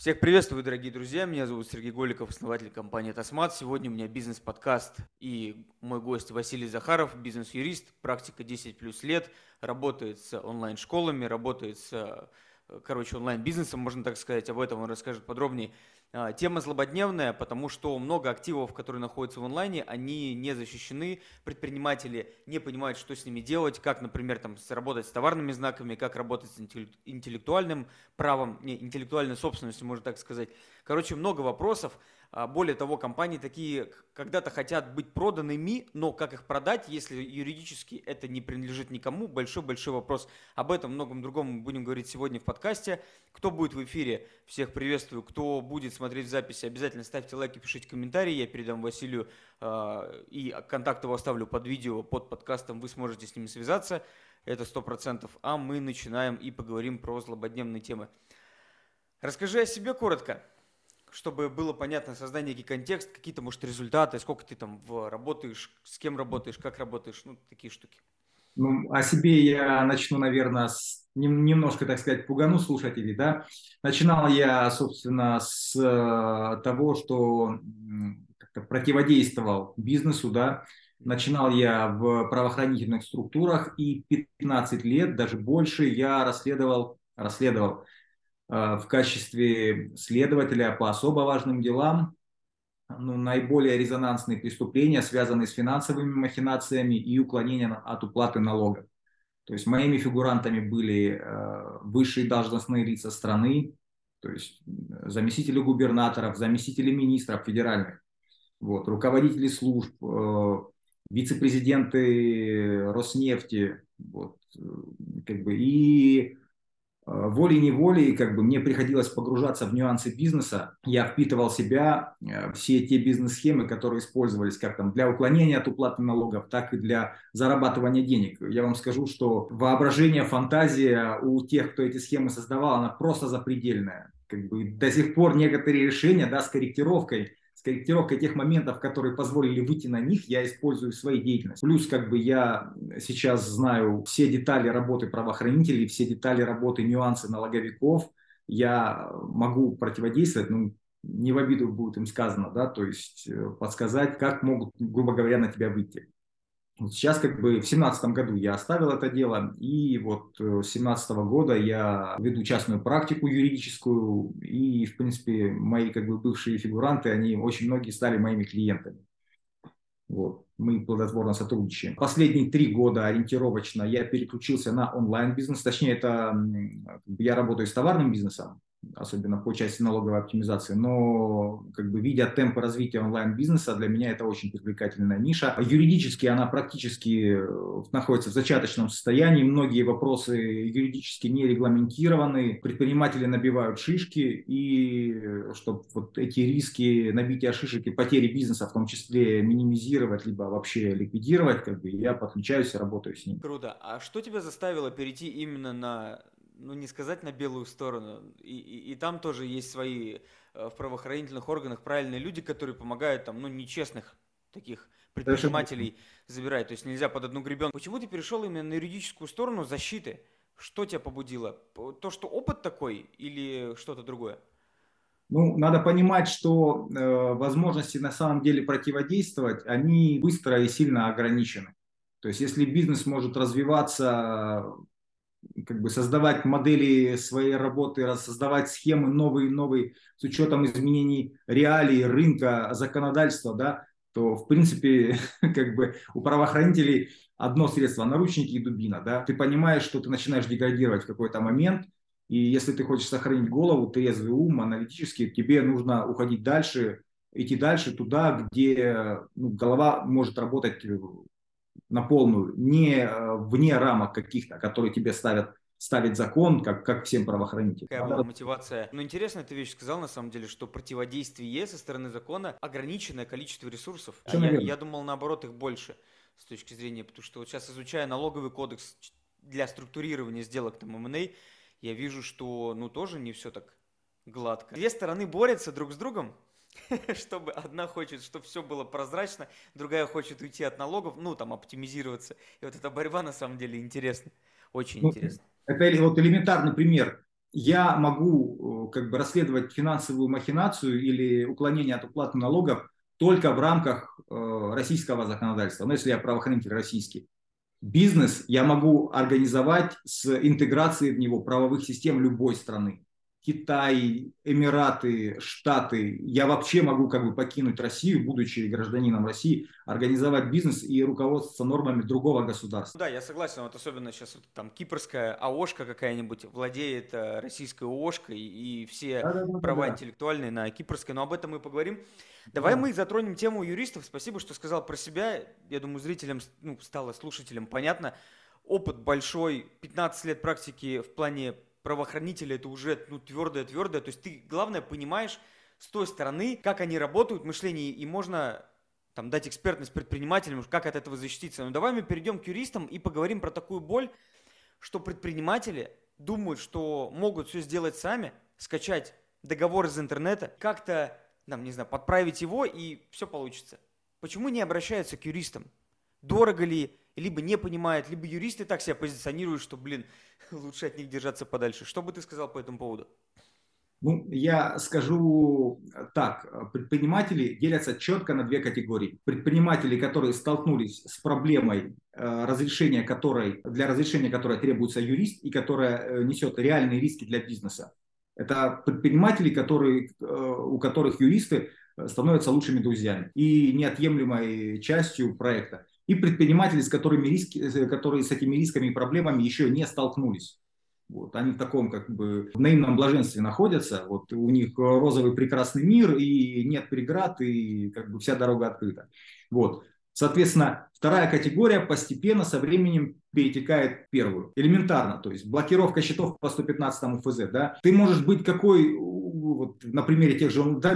Всех приветствую, дорогие друзья. Меня зовут Сергей Голиков, основатель компании «Тасмат». Сегодня у меня бизнес-подкаст и мой гость Василий Захаров, бизнес-юрист, практика 10 плюс лет, работает с онлайн-школами, работает с, онлайн-бизнесом, можно так сказать. Об этом он расскажет подробнее. Тема злободневная, потому что много активов, которые находятся в онлайне, они не защищены, предприниматели не понимают, что с ними делать, как, например, работать с товарными знаками, как работать с интеллектуальным правом, интеллектуальной собственностью, можно так сказать. Короче, много вопросов. Более того, компании такие когда-то хотят быть проданными, но как их продать, если юридически это не принадлежит никому, большой-большой вопрос. Об этом, многом другом мы будем говорить сегодня в подкасте. Кто будет в эфире, всех приветствую. Кто будет смотреть в записи, обязательно ставьте лайки, пишите комментарии. Я передам Василию и контакты его оставлю под видео, под подкастом. Вы сможете с ними связаться. Это 100%. А мы начинаем и поговорим про злободневные темы. Расскажи о себе коротко, чтобы было понятно, создать некий контекст, какие-то, может, результаты, сколько ты там работаешь, с кем работаешь, как работаешь, ну, такие штуки. Ну, о себе я начну, наверное, немножко, так сказать, пугану слушателей, да. Начинал я, собственно, с того, что как-то противодействовал бизнесу, да. Начинал я в правоохранительных структурах, и 15 лет, даже больше, я расследовал в качестве следователя по особо важным делам, наиболее резонансные преступления, связанные с финансовыми махинациями и уклонением от уплаты налогов. То есть моими фигурантами были высшие должностные лица страны, то есть заместители губернаторов, заместители министров федеральных, вот, руководители служб, вице-президенты Роснефти, вот, как бы, и волей-неволей как бы мне приходилось погружаться в нюансы бизнеса. Я впитывал в себя все те бизнес-схемы, которые использовались как там для уклонения от уплаты налогов, так и для зарабатывания денег. Я вам скажу, что воображение, фантазия у тех, кто эти схемы создавал, она просто запредельная. Как бы до сих пор некоторые решения, да, с корректировкой тех моментов, которые позволили выйти на них, я использую в своей деятельности. Плюс как бы я сейчас знаю все детали работы правоохранителей, все детали работы, нюансы налоговиков. Я могу противодействовать, ну, не в обиду будет им сказано, да, то есть подсказать, как могут, грубо говоря, на тебя выйти. Вот сейчас как бы в семнадцатом году я оставил это дело, и вот с семнадцатого года я веду частную практику юридическую, и, в принципе, мои как бы бывшие фигуранты, они очень многие стали моими клиентами. Вот. Мы плодотворно сотрудничаем. Последние 3 года ориентировочно я переключился на онлайн-бизнес. Точнее, это я работаю с товарным бизнесом, особенно по части налоговой оптимизации. Но, как бы, видя темпы развития онлайн-бизнеса, для меня это очень привлекательная ниша. Юридически она практически находится в зачаточном состоянии. Многие вопросы юридически не регламентированы. Предприниматели набивают шишки. И чтобы вот эти риски набития шишек и потери бизнеса в том числе минимизировать, либо вообще ликвидировать, как бы я подключаюсь и работаю с ним. Круто. А что тебя заставило перейти именно на, ну не сказать на белую сторону, и там тоже есть свои в правоохранительных органах правильные люди, которые помогают там, ну нечестных таких Совершенно. предпринимателей забирать. То есть нельзя под одну гребенку. Почему ты перешел именно на юридическую сторону защиты? Что тебя побудило? То, что опыт такой или что-то другое? Ну, надо понимать, что возможности на самом деле противодействовать, они быстро и сильно ограничены. То есть, если бизнес может развиваться, как бы создавать модели своей работы, создавать схемы новые и новые с учетом изменений реалий, рынка, законодательства, да, то, в принципе, как бы у правоохранителей одно средство – наручники и дубина. Да. Ты понимаешь, что ты начинаешь деградировать в какой-то момент, и если ты хочешь сохранить голову, трезвый ум, аналитически, тебе нужно уходить дальше, идти дальше туда, где голова может работать на полную, не вне рамок каких-то, которые тебе ставит закон, как всем правоохранителям. Какая была мотивация? Ну, интересно, ты вещь сказал, на самом деле, что противодействие со стороны закона ограниченное количество ресурсов. А Совершенно верно. я думал, наоборот, их больше с точки зрения, потому что вот сейчас, изучая налоговый кодекс для структурирования сделок там M&A, я вижу, что, ну, тоже не все так гладко. Две стороны борются друг с другом, чтобы одна хочет, чтобы все было прозрачно, другая хочет уйти от налогов, ну, там, оптимизироваться. И вот эта борьба, на самом деле, интересна. Очень Ну, интересна. это вот элементарный пример. я могу как бы расследовать финансовую махинацию или уклонение от уплаты налогов только в рамках российского законодательства, ну, если я правоохранитель российский. Бизнес я могу организовать с интеграцией в него правовых систем любой страны. Китай, Эмираты, Штаты. Я вообще могу как бы покинуть Россию, будучи гражданином России, организовать бизнес и руководствоваться нормами другого государства. Да, я согласен, вот особенно сейчас вот там кипрская АОшка какая-нибудь владеет российской ООшкой и все Да, да, да, да, права да. интеллектуальные на кипрской, но об этом мы поговорим. Давай Да. мы затронем тему юристов. Спасибо, что сказал про себя. Я думаю, зрителям, ну, стало слушателям понятно. Опыт большой, 15 лет практики в плане правоохранителя, это уже ну, твердое-твердое. То есть ты, главное, понимаешь с той стороны, как они работают, мышление, и можно там, дать экспертность предпринимателям, как от этого защититься. Но давай мы перейдем к юристам и поговорим про такую боль, что предприниматели думают, что могут все сделать сами, скачать договор из интернета, как-то, там, не знаю, подправить его, и все получится. Почему не обращаются к юристам? Дорого ли, либо не понимают, либо юристы так себя позиционируют, что, блин, лучше от них держаться подальше. Что бы ты сказал по этому поводу? Ну, я скажу так, предприниматели делятся четко на две категории. Предприниматели, которые столкнулись с проблемой, для разрешения которой требуется юрист и которая несет реальные риски для бизнеса. Это предприниматели, у которых юристы становятся лучшими друзьями и неотъемлемой частью проекта. И предприниматели, которые с этими рисками и проблемами еще не столкнулись. Вот, они в таком как бы в наивном блаженстве находятся, вот, у них розовый прекрасный мир, и нет преград, и как бы вся дорога открыта. Вот. Соответственно, вторая категория постепенно со временем перетекает в первую. Элементарно, то есть блокировка счетов по 115 ФЗ. Да? Ты можешь быть вот, на примере тех же да,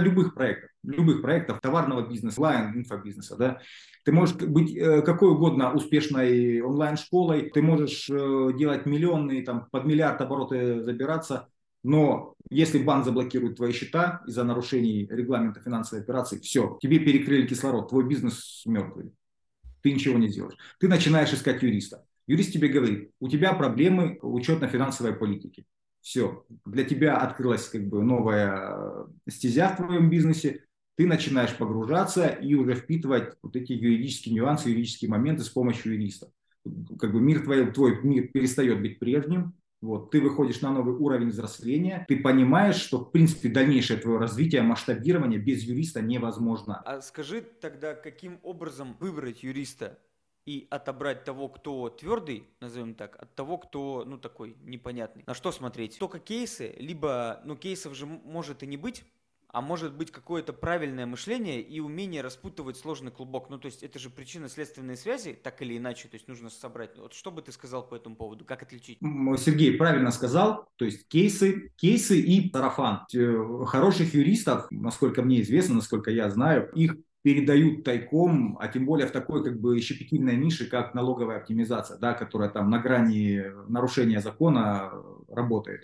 любых проектов товарного бизнеса, инфобизнеса. Да? Ты можешь быть какой угодно успешной онлайн-школой, ты можешь делать миллионные, там, под миллиард обороты забираться, но если банк заблокирует твои счета из-за нарушений регламента финансовой операции, все, тебе перекрыли кислород, твой бизнес мертвый, ты ничего не сделаешь. Ты начинаешь искать юриста. Юрист тебе говорит, у тебя проблемы учетно-финансовой политики. Все, для тебя открылась как бы новая стезя в твоем бизнесе, ты начинаешь погружаться и уже впитывать вот эти юридические нюансы, юридические моменты с помощью юриста. Как бы твой мир перестает быть прежним, вот, ты выходишь на новый уровень взросления, ты понимаешь, что, в принципе, дальнейшее твое развитие, масштабирование без юриста невозможно. А скажи тогда, каким образом выбрать юриста и отобрать того, кто твердый, назовем так, от того, кто, ну, такой непонятный. На что смотреть? Только кейсы, либо, ну, кейсов же может и не быть, а может быть какое-то правильное мышление и умение распутывать сложный клубок. Ну, то есть это же причинно-следственные связи, так или иначе, то есть нужно собрать. Вот что бы ты сказал по этому поводу, как отличить? Сергей правильно сказал, то есть кейсы и сарафан. Хороших юристов, насколько мне известно, насколько я знаю, их передают тайком, а тем более в такой как бы щепетильной нише, как налоговая оптимизация, да, которая там на грани нарушения закона работает.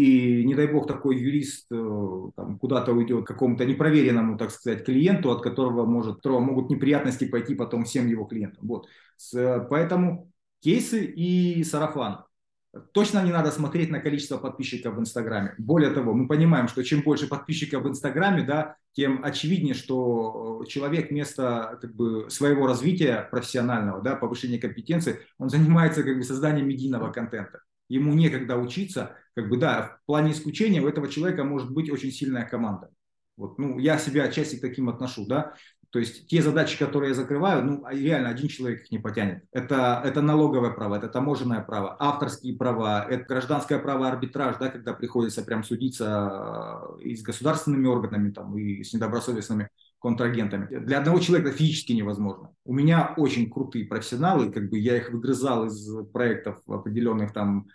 И не дай бог такой юрист там, куда-то уйдет к какому-то непроверенному, так сказать, клиенту, от которого могут неприятности пойти потом всем его клиентам. Вот. Поэтому кейсы и сарафан. Точно не надо смотреть на количество подписчиков в Инстаграме. Более того, мы понимаем, что чем больше подписчиков в Инстаграме, да, тем очевиднее, что человек вместо как бы, своего развития профессионального, да, повышения компетенции, он занимается как бы, созданием медийного контента. Ему некогда учиться. Как бы, да, в плане исключения у этого человека может быть очень сильная команда. Вот, ну, я себя отчасти к таким отношу, да. То есть те задачи, которые я закрываю, ну, реально один человек их не потянет. Это налоговое право, это таможенное право, авторские права, это гражданское право арбитраж, да, когда приходится прям судиться и с государственными органами, там, и с недобросовестными контрагентами. Для одного человека это физически невозможно. У меня очень крутые профессионалы, как бы я их выгрызал из проектов определенных там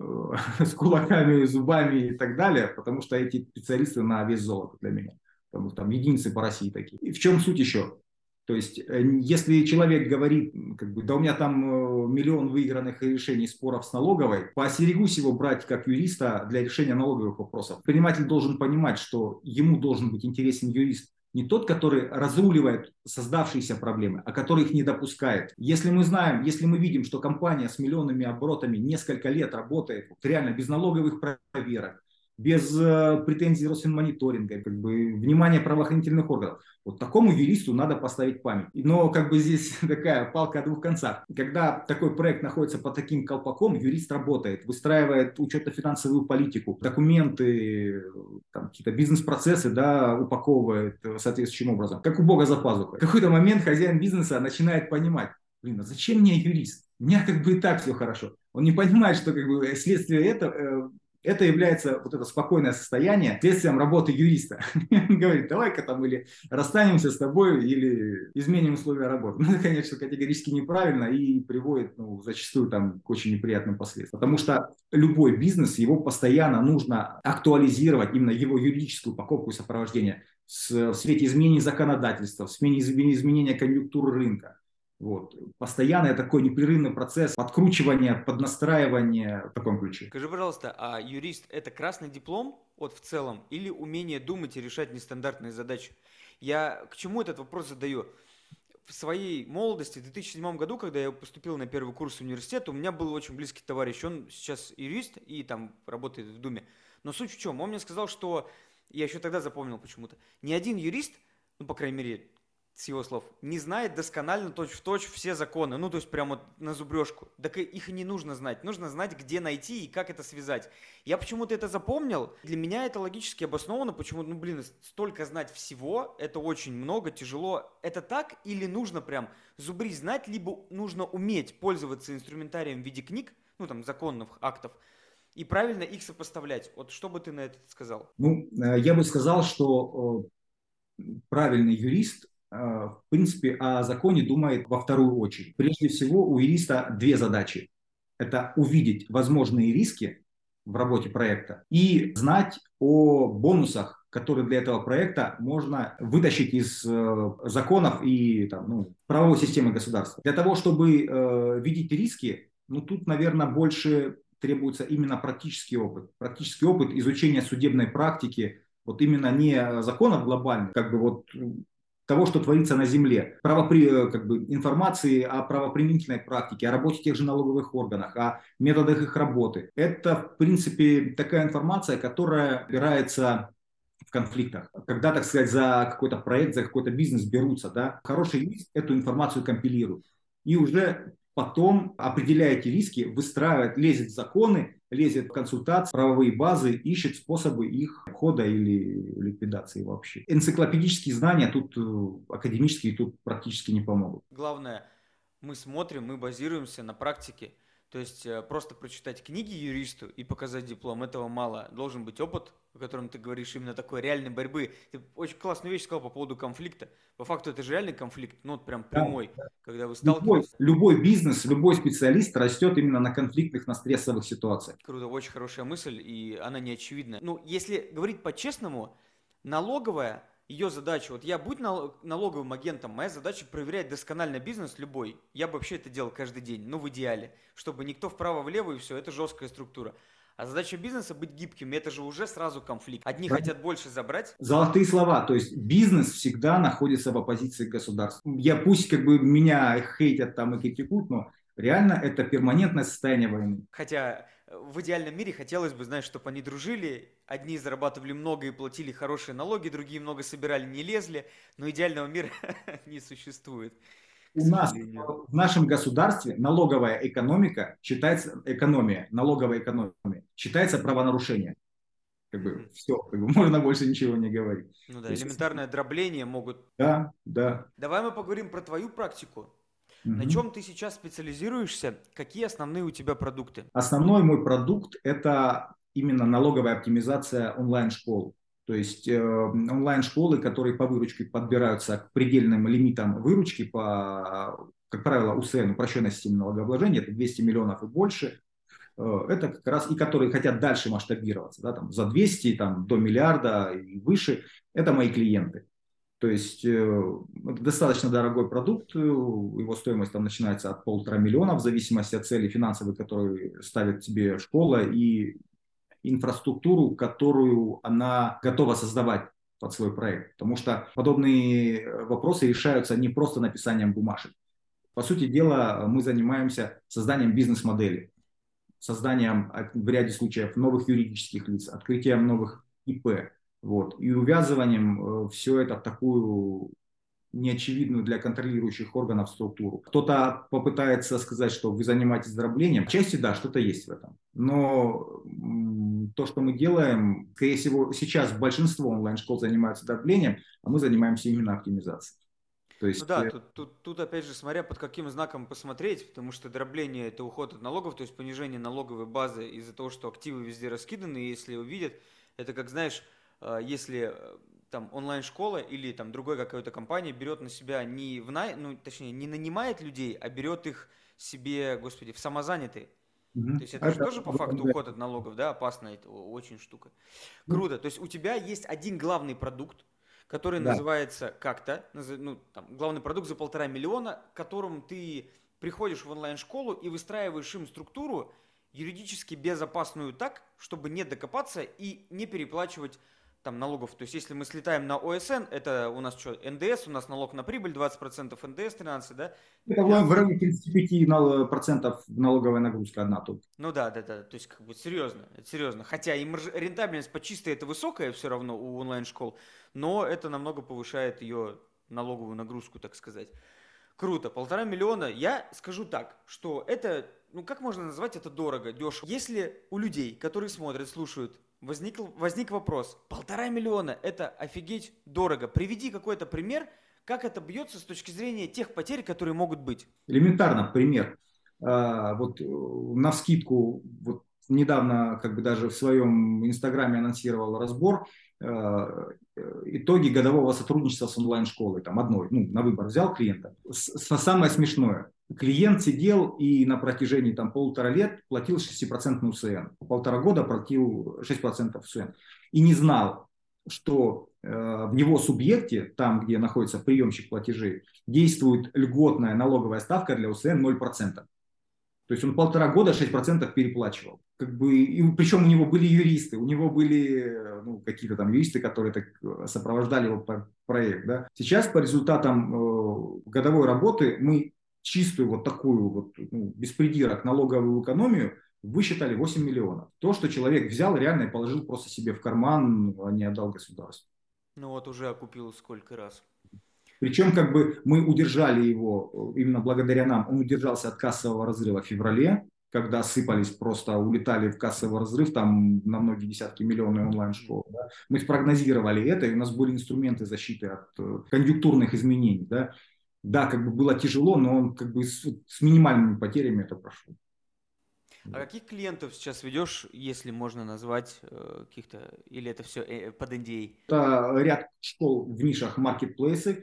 с кулаками, зубами и так далее, потому что эти специалисты на вес золота для меня. Потому что там единицы по России такие. И в чем суть еще? То есть, если человек говорит, как бы, да у меня там миллион выигранных решений споров с налоговой, поостерегусь его брать как юриста для решения налоговых вопросов. Предприниматель должен понимать, что ему должен быть интересен юрист, не тот, который разруливает создавшиеся проблемы, а который их не допускает. Если мы видим, что компания с миллионными оборотами несколько лет работает реально без налоговых проверок, без претензий Росфинмониторинга, как бы внимания правоохранительных органов. Вот такому юристу надо поставить память. Но как бы здесь такая палка о двух концах. Когда такой проект находится под таким колпаком, юрист работает, выстраивает учетно-финансовую политику, документы, там, какие-то бизнес-процессы, да, упаковывает соответствующим образом. Как у Бога за пазухой. В какой-то момент хозяин бизнеса начинает понимать, блин, а зачем мне юрист? У меня как бы и так все хорошо. Он не понимает, что как бы следствие это является вот это спокойное состояние следствием работы юриста. Он говорит, давай-ка там или расстанемся с тобой, или изменим условия работы. Ну, это, конечно, категорически неправильно и приводит, ну, зачастую там к очень неприятным последствиям. Потому что любой бизнес, его постоянно нужно актуализировать, именно его юридическую упаковку и сопровождение в свете изменений законодательства, в свете изменения конъюнктуры рынка. Вот. Постоянный такой непрерывный процесс подкручивания, поднастраивания в таком ключе. Скажи, пожалуйста, а юрист – это красный диплом вот в целом или умение думать и решать нестандартные задачи? Я к чему этот вопрос задаю? В своей молодости, в 2007 году, когда я поступил на первый курс университета, у меня был очень близкий товарищ, он сейчас юрист и там работает в Думе. Но суть в чем? Он мне сказал, что, я еще тогда запомнил почему-то, ни один юрист, ну, по крайней мере, с его слов, не знает досконально точь-в-точь все законы, ну, то есть прямо на зубрежку. Так их и не нужно знать, где найти и как это связать. Я почему-то это запомнил, для меня это логически обосновано, почему, ну, блин, столько знать всего, это очень много, тяжело. Это так или нужно прям зубрить знать, либо нужно уметь пользоваться инструментарием в виде книг, ну, там, законных актов, и правильно их сопоставлять. Вот что бы ты на это сказал? Ну, я бы сказал, что правильный юрист в принципе, о законе думает во вторую очередь. Прежде всего, у юриста две задачи. Это увидеть возможные риски в работе проекта и знать о бонусах, которые для этого проекта можно вытащить из законов и там, ну, правовой системы государства. Для того, чтобы видеть риски, ну, тут, наверное, больше требуется именно практический опыт изучения судебной практики, вот именно не законов глобальных, как бы вот того, что творится на земле, как бы, информации о правоприменительной практике, о работе тех же налоговых органов, о методах их работы. Это, в принципе, такая информация, которая опирается в конфликтах. Когда, так сказать, за какой-то проект, за какой-то бизнес берутся, да, хороший юрист эту информацию компилирует. И уже потом, определяя эти риски, выстраивает, лезет в законы, лезет в консультации, правовые базы, ищет способы их обхода или ликвидации вообще. Энциклопедические знания тут, академические, тут практически не помогут. Главное, мы смотрим, мы базируемся на практике. То есть просто прочитать книги юристу и показать диплом, этого мало. Должен быть опыт, о котором ты говоришь, именно такой реальной борьбы. Ты очень классную вещь сказал по поводу конфликта. По факту это же реальный конфликт, ну вот прям прямой, Да. когда вы Любой, сталкиваетесь. любой бизнес, любой специалист растет именно на конфликтных, на стрессовых ситуациях. Круто, очень хорошая мысль, и она не очевидна. Ну, если говорить по-честному, налоговая, ее задача, вот я будь налоговым агентом, моя задача проверять досконально бизнес любой. Я бы вообще это делал каждый день, ну в идеале, чтобы никто вправо-влево и все, это жесткая структура. А задача бизнеса быть гибким, это же уже сразу конфликт. Одни хотят больше забрать. Золотые слова, то есть бизнес всегда находится в оппозиции к государству. Я пусть как бы меня хейтят там и критикуют, но реально это перманентное состояние войны. Хотя в идеальном мире хотелось бы, знаешь, чтобы они дружили, одни зарабатывали много и платили хорошие налоги, другие много собирали, не лезли, но идеального мира не существует, к У нас сожалению. в нашем государстве налоговая экономика считается, налоговая экономия считается правонарушением. Как бы Мгм. все, как бы можно больше ничего не говорить. Ну То да, есть, элементарное дробление могут. да, да. Давай мы поговорим про твою практику. На Мгм. чем ты сейчас специализируешься? Какие основные у тебя продукты? Основной мой продукт – это именно налоговая оптимизация онлайн-школ. То есть онлайн-школы, которые по выручке подбираются к предельным лимитам выручки по, как правило, УСН, упрощенной системе налогообложения, это 200 миллионов и больше. Это как раз и которые хотят дальше масштабироваться, да, там, за 200 там, до миллиарда и выше, это мои клиенты. То есть это достаточно дорогой продукт, его стоимость там начинается от 1,5 миллиона в зависимости от цели финансовой, которую ставит тебе школа, и инфраструктуру, которую она готова создавать под свой проект. Потому что подобные вопросы решаются не просто написанием бумажек. По сути дела, мы занимаемся созданием бизнес-модели. созданием в ряде случаев новых юридических лиц, открытием новых ИП, вот, и увязыванием все это в такую неочевидную для контролирующих органов структуру. Кто-то попытается сказать, что вы занимаетесь дроблением. Отчасти да, что-то есть в этом. Но то, что мы делаем, скорее всего, сейчас большинство онлайн-школ занимаются дроблением, а мы занимаемся именно оптимизацией. То Ну есть, да, тут опять же смотря под каким знаком посмотреть, потому что дробление это уход от налогов, то есть понижение налоговой базы из-за того, что активы везде раскиданы, и если увидят, это как знаешь, если там онлайн-школа или там другой какая-то компания берет на себя не ну точнее не нанимает людей, а берет их себе, господи, в самозанятые. То есть это же это, тоже по факту уход от налогов, да, опасная это очень штука. ну, Круто. То есть у тебя есть один главный продукт, который да. называется как-то, ну, там, главный продукт за 1,5 миллиона, к которому ты приходишь в онлайн-школу и выстраиваешь им структуру юридически безопасную так, чтобы не докопаться и не переплачивать там налогов. То есть если мы слетаем на ОСН, это у нас что, НДС, у нас налог на прибыль 20%, НДС 13%, да? Это в районе 35% налоговая нагрузка одна тут. Ну да, да, да, то есть как бы серьезно, это серьезно. Хотя и рентабельность по чистой это высокая все равно у онлайн-школ, но это намного повышает ее налоговую нагрузку, так сказать. Круто, 1,5 миллиона. Я скажу так, что это, ну как можно назвать это дорого, дешево. Если у людей, которые смотрят, слушают, возник вопрос, 1,5 миллиона это офигеть дорого. Приведи какой-то пример, как это бьется с точки зрения тех потерь, которые могут быть. Элементарно, пример. Вот навскидку, вот недавно как бы даже в своем инстаграме анонсировал разбор итоги годового сотрудничества с онлайн-школой, там одной, ну, на выбор взял клиента. Самое смешное. Клиент сидел и на протяжении там 1,5 лет платил 6% СН. 1,5 года платил 6% СН. И не знал, что в его субъекте, там, где находится приемщик платежей, действует льготная налоговая ставка для УСН 0%. То есть он 1,5 года 6% переплачивал. Как бы, и, причем у него были юристы, у него были ну, какие-то там юристы, которые так сопровождали его проект. Да. Сейчас по результатам годовой работы мы чистую вот такую вот ну, без придирок налоговую экономию высчитали 8 миллионов. То, что человек взял реально и положил просто себе в карман, а не отдал государству. Ну вот уже окупил сколько раз. Причем как бы мы удержали его, именно благодаря нам, он удержался от кассового разрыва в феврале, когда сыпались, просто улетали в кассовый разрыв, там на многие десятки миллионов онлайн-школ. Да. Мы спрогнозировали это, и у нас были инструменты защиты от конъюнктурных изменений. Да, да как бы было тяжело, но он как бы с минимальными потерями это прошел. А каких клиентов сейчас ведешь, если можно назвать каких-то, или это все под NDA? Это ряд школ в нишах маркетплейсы,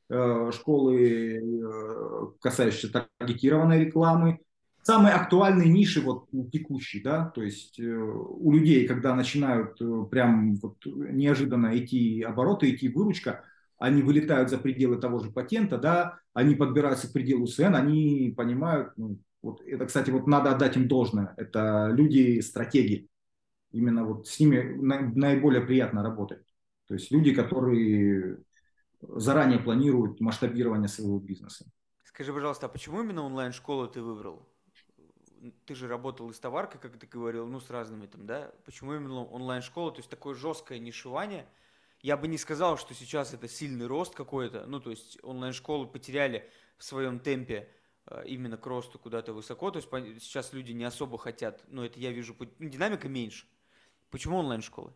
школы, касающиеся таргетированной рекламы. Самые актуальные ниши вот текущие, да, то есть у людей, когда начинают прям вот неожиданно идти обороты, идти выручка, они вылетают за пределы того же патента, да, они подбираются к пределу СН, они понимают, ну, вот это, кстати, вот надо отдать им должное, это люди-стратеги, именно вот с ними наиболее приятно работать, то есть люди, которые заранее планируют масштабирование своего бизнеса. Скажи, пожалуйста, а почему именно онлайн-школу ты выбрал? Ты же работал и с товаркой, как ты говорил, ну, с разными там, да? Почему именно онлайн-школа? То есть такое жесткое нишевание. Я бы не сказал, что сейчас это сильный рост какой-то. Ну, то есть онлайн-школы потеряли в своем темпе именно к росту куда-то высоко. То есть сейчас люди не особо хотят, ну, это я вижу, динамика меньше. Почему онлайн-школы?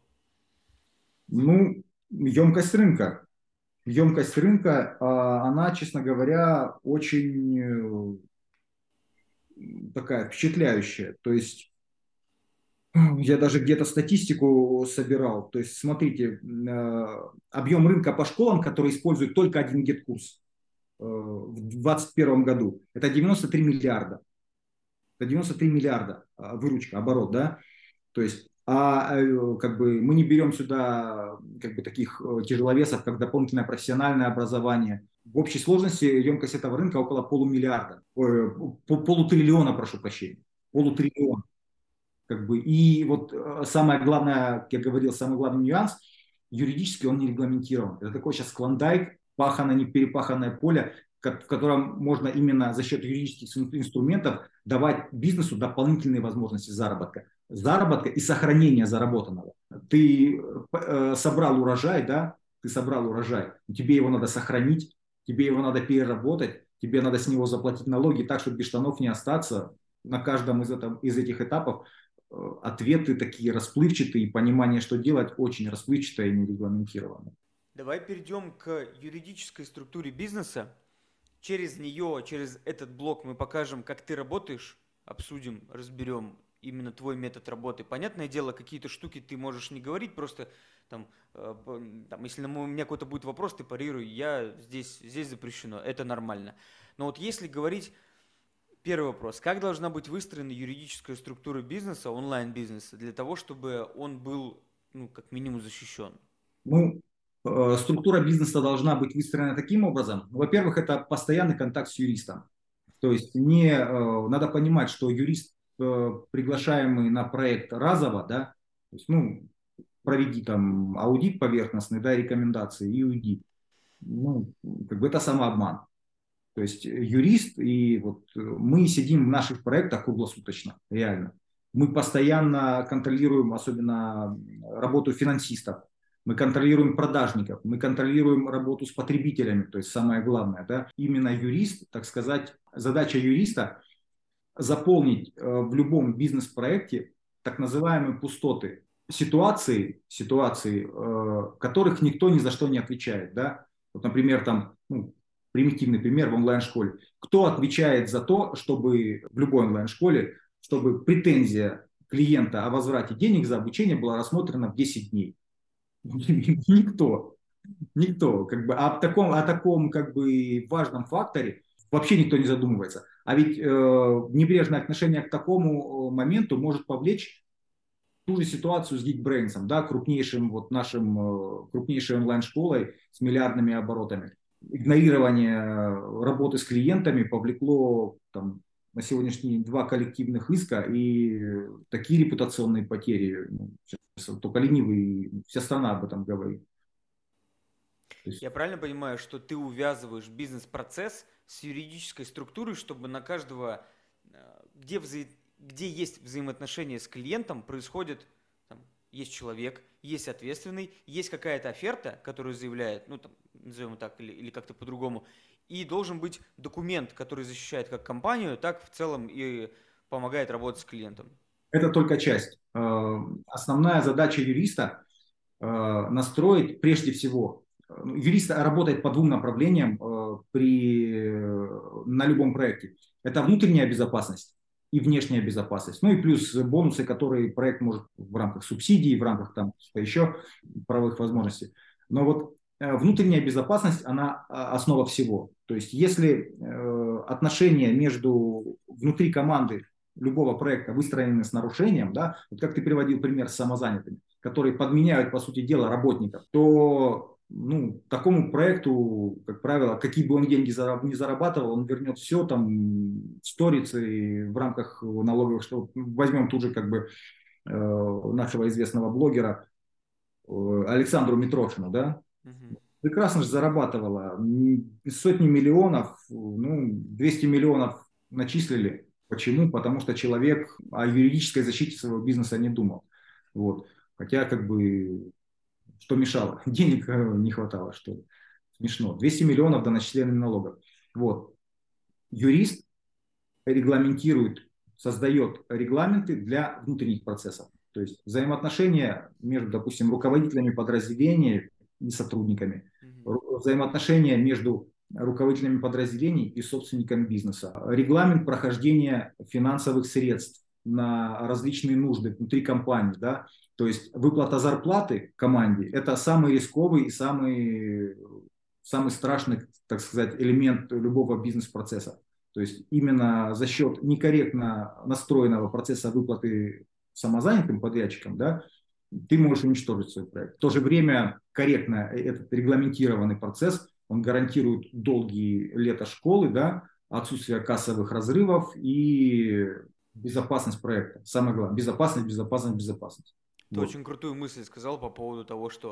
Ну, емкость рынка. Емкость рынка, она, честно говоря, очень такая впечатляющая. То есть я даже где-то статистику собирал. То есть смотрите, объем рынка по школам, которые используют только один гет-курс в 2021 году, это 93 миллиарда. Это 93 миллиарда выручка, оборот, да? То есть, как бы мы не берем сюда как бы таких тяжеловесов, как дополнительное профессиональное образование. В общей сложности емкость этого рынка около полутриллиона, прошу прощения, полутриллиона. Как бы, и вот самое главное, как я говорил, самый главный нюанс, юридически он не регламентирован. Это такой сейчас клондайк, пахано, не перепаханное поле. в котором можно именно за счет юридических инструментов давать бизнесу дополнительные возможности заработка и сохранения заработанного. Ты собрал урожай, да, ты собрал урожай, тебе его надо сохранить, тебе его надо переработать, тебе надо с него заплатить налоги так, чтобы без штанов не остаться. На каждом из этих этапов ответы такие расплывчатые, понимание, что делать, очень расплывчатое и нерегламентированное. Давай перейдем к юридической структуре бизнеса. Через нее, через этот блок мы покажем, как ты работаешь, обсудим, разберем именно твой метод работы. Понятное дело, какие-то штуки ты можешь не говорить, просто там, если у меня какой-то будет вопрос, ты парируй, здесь запрещено, это нормально. Но вот если говорить, первый вопрос, как должна быть выстроена юридическая структура бизнеса, онлайн-бизнеса, для того, чтобы он был, как минимум, защищен? Структура бизнеса должна быть выстроена таким образом. Во-первых, это постоянный контакт с юристом. То есть надо понимать, что юрист, приглашаемый на проект разово, да, то есть, проведи там аудит поверхностный, да, рекомендации и уйди. Это самообман. То есть юрист, и вот мы сидим в наших проектах круглосуточно, реально. Мы постоянно контролируем, особенно работу финансистов, мы контролируем продажников, мы контролируем работу с потребителями, то есть самое главное, да, именно юрист, так сказать, задача юриста заполнить в любом бизнес-проекте так называемые пустоты, ситуации, которых никто ни за что не отвечает, да. Вот, например, примитивный пример в онлайн-школе. Кто отвечает за то, чтобы в любой онлайн-школе, чтобы претензия клиента о возврате денег за обучение была рассмотрена в 10 дней? Никто. О таком важном факторе вообще никто не задумывается. А ведь небрежное отношение к такому моменту может повлечь ту же ситуацию с Geekbrains, да, крупнейшей онлайн-школой с миллиардными оборотами. Игнорирование работы с клиентами повлекло на сегодняшний день 2 коллективных иска и такие репутационные потери. Сейчас только ленивый, вся страна об этом говорит. Я правильно понимаю, что ты увязываешь бизнес-процесс с юридической структурой, чтобы на каждого, где есть взаимоотношения с клиентом, происходит, есть человек, есть ответственный, есть какая-то оферта, которую заявляет, назовем так или как-то по-другому, и должен быть документ, который защищает как компанию, так в целом и помогает работать с клиентом. Это только часть. Основная задача юриста настроить прежде всего. Юрист работает по 2 направлениям на любом проекте. Это внутренняя безопасность и внешняя безопасность. И плюс бонусы, которые проект может в рамках субсидий, в рамках еще правовых возможностей. Но вот внутренняя безопасность, она основа всего. То есть если отношения внутри команды любого проекта выстроены с нарушением, да, вот как ты приводил пример с самозанятыми, которые подменяют, по сути дела, работников, то такому проекту, как правило, какие бы он деньги не зарабатывал, он вернет все в сторице в рамках налоговых, что возьмем тут же нашего известного блогера Александру Митрошину, да, прекрасно же зарабатывала, сотни миллионов, 200 миллионов начислили. Почему? Потому что человек о юридической защите своего бизнеса не думал. Вот. Хотя, что мешало? Денег не хватало, что ли? Смешно. 200 миллионов до начисления налогов. Вот. Юрист регламентирует, создает регламенты для внутренних процессов. То есть взаимоотношения между, допустим, руководителями подразделений и сотрудниками, взаимоотношения между руководителями подразделений и собственниками бизнеса, регламент прохождения финансовых средств на различные нужды внутри компании, да, то есть выплата зарплаты команде – это самый рисковый и самый страшный, так сказать, элемент любого бизнес-процесса. То есть именно за счет некорректно настроенного процесса выплаты самозанятым подрядчикам, да, ты можешь уничтожить свой проект. В то же время корректно этот регламентированный процесс, он гарантирует долгие лета школы, да, отсутствие кассовых разрывов и безопасность проекта. Самое главное – безопасность. Ты очень крутую мысль сказал по поводу того, что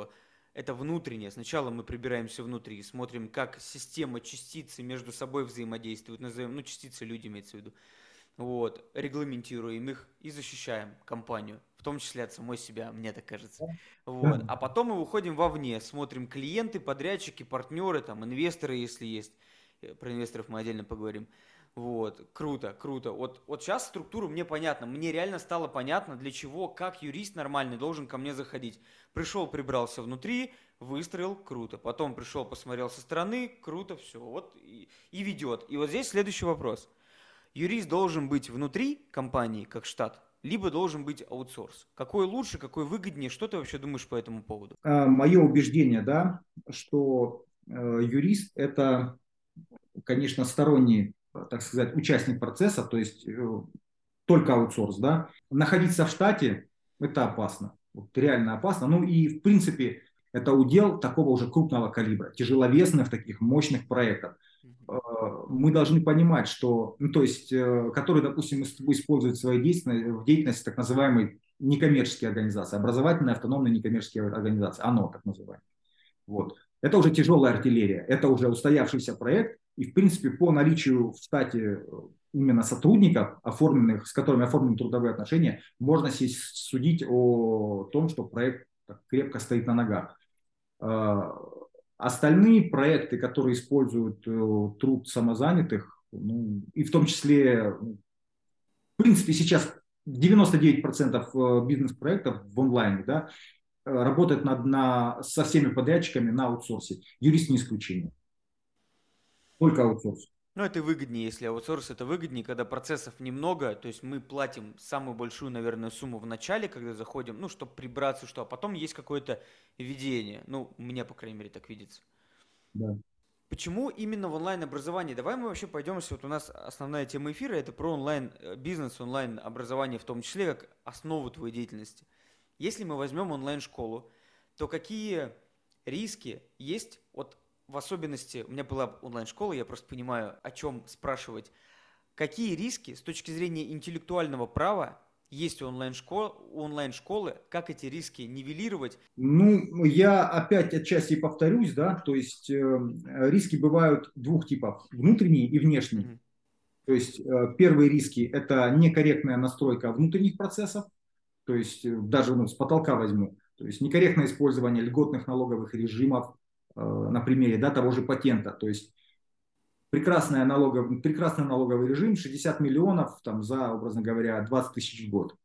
это внутреннее. Сначала мы прибираемся внутрь и смотрим, как система, частицы между собой взаимодействуют, назовем, ну, частицы люди имеется в виду. Вот, регламентируем их и защищаем компанию, в том числе от самой себя, мне так кажется. Да. Вот. А потом мы выходим вовне, смотрим клиенты, подрядчики, партнеры, там, инвесторы, если есть. Про инвесторов мы отдельно поговорим. Вот, круто, круто. Вот сейчас структура мне понятна. Мне реально стало понятно, для чего, как юрист нормальный должен ко мне заходить. Пришел, прибрался внутри, выстроил, круто. Потом пришел, посмотрел со стороны, круто, все. Вот и ведет. И вот здесь следующий вопрос. Юрист должен быть внутри компании, как штат, либо должен быть аутсорс. Какой лучше, какой выгоднее? Что ты вообще думаешь по этому поводу? Мое убеждение, да, что юрист – это, конечно, сторонний, так сказать, участник процесса, то есть только аутсорс, да. Находиться в штате – это опасно, вот реально опасно. Ну и, в принципе, это удел такого уже крупного калибра, тяжеловесных таких мощных проектов. Мы должны понимать, что, ну, то есть, которые, допустим, используют в своей деятельности так называемые некоммерческие организации, образовательные автономные некоммерческие организации, ОНО так называемые. Вот. Это уже тяжелая артиллерия, это уже устоявшийся проект, и, в принципе, по наличию в штате именно сотрудников, оформленных, с которыми оформлены трудовые отношения, можно судить о том, что проект крепко стоит на ногах. Остальные проекты, которые используют труд самозанятых, ну, и в том числе, в принципе, сейчас 99% бизнес-проектов в онлайне, да, работают со всеми подрядчиками на аутсорсе. Юрист не исключение. Только аутсорс. Ну, это выгоднее, если аутсорс это выгоднее, когда процессов немного, то есть мы платим самую большую, наверное, сумму в начале, когда заходим, ну, чтобы прибраться, что, а потом есть какое-то ведение. Ну, мне, по крайней мере, так видится. Да. Почему именно в онлайн-образовании? Давай мы вообще пойдем, если вот у нас основная тема эфира, это про онлайн-бизнес, онлайн-образование в том числе, как основу твоей деятельности. Если мы возьмем онлайн-школу, то какие риски есть, вот в особенности, у меня была онлайн-школа, я просто понимаю, о чем спрашивать, какие риски с точки зрения интеллектуального права есть у онлайн-школы, как эти риски нивелировать? Ну, я опять отчасти повторюсь, да, то есть риски бывают двух типов, внутренние и внешние. Мгм. То есть первые риски – это некорректная настройка внутренних процессов, то есть даже с потолка возьму, то есть некорректное использование льготных налоговых режимов на примере, да, того же патента, то есть прекрасный налоговый режим, 60 миллионов там, за, образно говоря, 20 тысяч в год.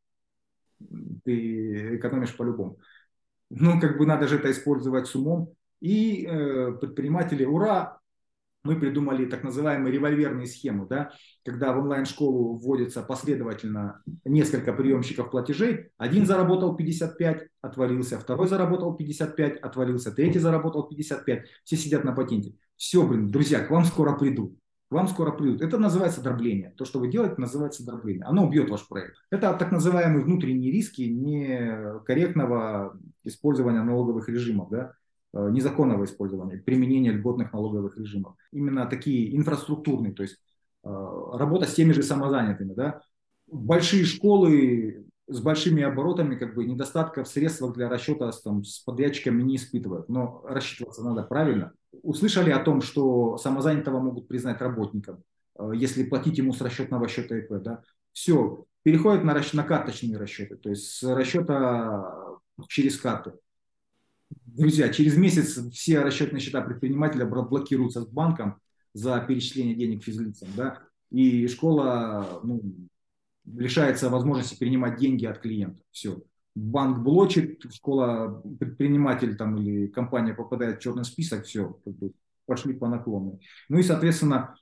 Ты экономишь по-любому. Ну, как бы надо же это использовать с умом. И предприниматели, ура, мы придумали так называемые револьверные схемы, да, когда в онлайн-школу вводится последовательно несколько приемщиков платежей. Один заработал 55, отвалился, второй заработал 55, отвалился, третий заработал 55. Все сидят на патенте. Все, блин, друзья, к вам скоро придут. К вам скоро придут. Это называется дробление. То, что вы делаете, называется дробление. Оно убьет ваш проект. Это так называемые внутренние риски некорректного использования налоговых режимов, да, незаконного использования, применения льготных налоговых режимов. Именно такие инфраструктурные, то есть работа с теми же самозанятыми. Да. Большие школы с большими оборотами как бы недостатка в средствах для расчета с подрядчиками не испытывают. Но рассчитываться надо правильно. Услышали о том, что самозанятого могут признать работником, если платить ему с расчетного счета ИП. Да. Все, переходит на карточные расчеты, то есть с расчета через карты. Друзья, через месяц все расчетные счета предпринимателя блокируются с банком за перечисление денег физлицам, да, и школа лишается возможности принимать деньги от клиента. Все. Банк блочит, школа, предприниматель там, или компания попадает в черный список, все, как бы пошли по наклонной. Ну и, соответственно,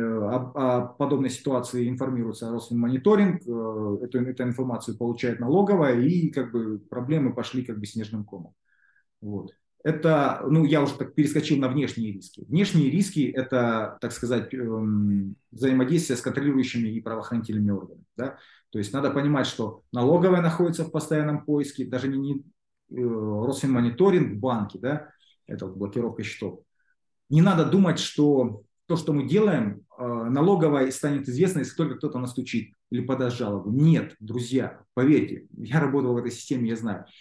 о подобной ситуации информируется Росфинмониторинг, эту информацию получает налоговая, и как бы проблемы пошли как бы снежным комом. Вот. Это, я уже так перескочил на внешние риски. Внешние риски – это, так сказать, взаимодействие с контролирующими и правоохранительными органами. Да? То есть надо понимать, что налоговая находится в постоянном поиске, даже не Росфинмониторинг, банки, да? Это вот блокировка счетов. Не надо думать, что то, что мы делаем, налоговой станет известно, если только кто-то настучит или подаст жалобу. Нет, друзья, поверьте, я работал в этой системе, я знаю.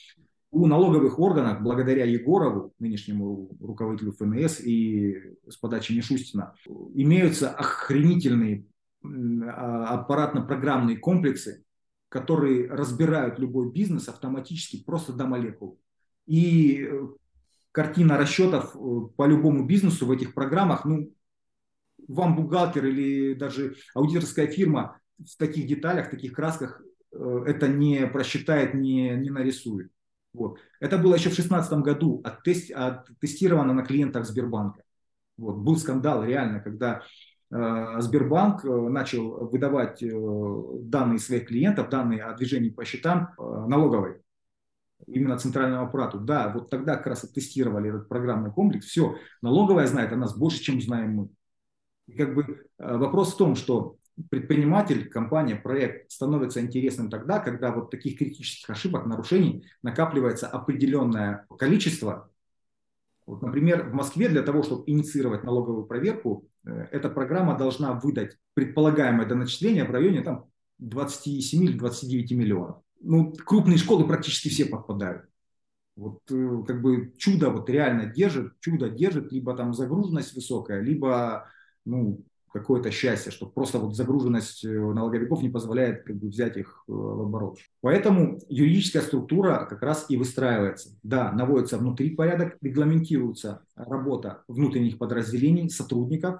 У налоговых органов, благодаря Егорову, нынешнему руководителю ФНС, и с подачи Мишустина, имеются охренительные аппаратно-программные комплексы, которые разбирают любой бизнес автоматически просто до молекул. И картина расчетов по любому бизнесу в этих программах, ну, вам бухгалтер или даже аудиторская фирма в таких деталях, в таких красках это не просчитает, не нарисует. Вот. Это было еще в 2016 году оттестировано на клиентах Сбербанка. Вот. Был скандал реально, когда Сбербанк начал выдавать данные своих клиентов, данные о движении по счетам налоговой, именно центральному аппарату. Да, вот тогда как раз оттестировали этот программный комплекс. Все, налоговая знает о нас больше, чем знаем мы. И как бы вопрос в том, что предприниматель, компания, проект становится интересным тогда, когда вот таких критических ошибок, нарушений накапливается определенное количество. Вот, например, в Москве для того, чтобы инициировать налоговую проверку, эта программа должна выдать предполагаемое доначисление в районе там, 27 или 29 миллионов. Ну, крупные школы практически все подпадают. Вот как бы чудо вот реально чудо держит, либо там загруженность высокая, либо ну, какое-то счастье, что просто вот загруженность налоговиков не позволяет как бы, взять их в оборот. Поэтому юридическая структура как раз и выстраивается. Да, наводится внутри порядок, регламентируется работа внутренних подразделений, сотрудников,